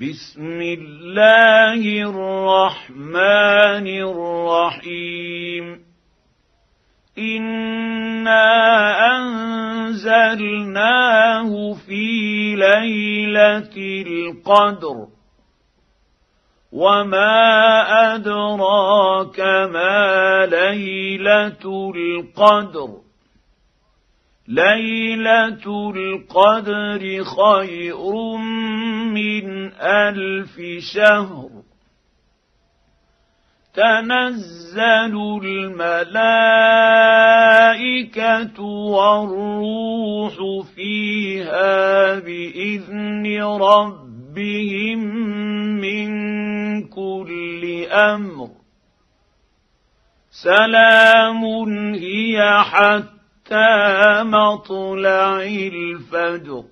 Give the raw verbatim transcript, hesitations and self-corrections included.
بسم الله الرحمن الرحيم إنا أنزلناه في ليلة القدر وما أدراك ما ليلة القدر ليلة القدر خير من ألف شهر تنزل الملائكة والروح فيها بإذن ربهم من كل أمر سلام هي حتى مطلع الفجر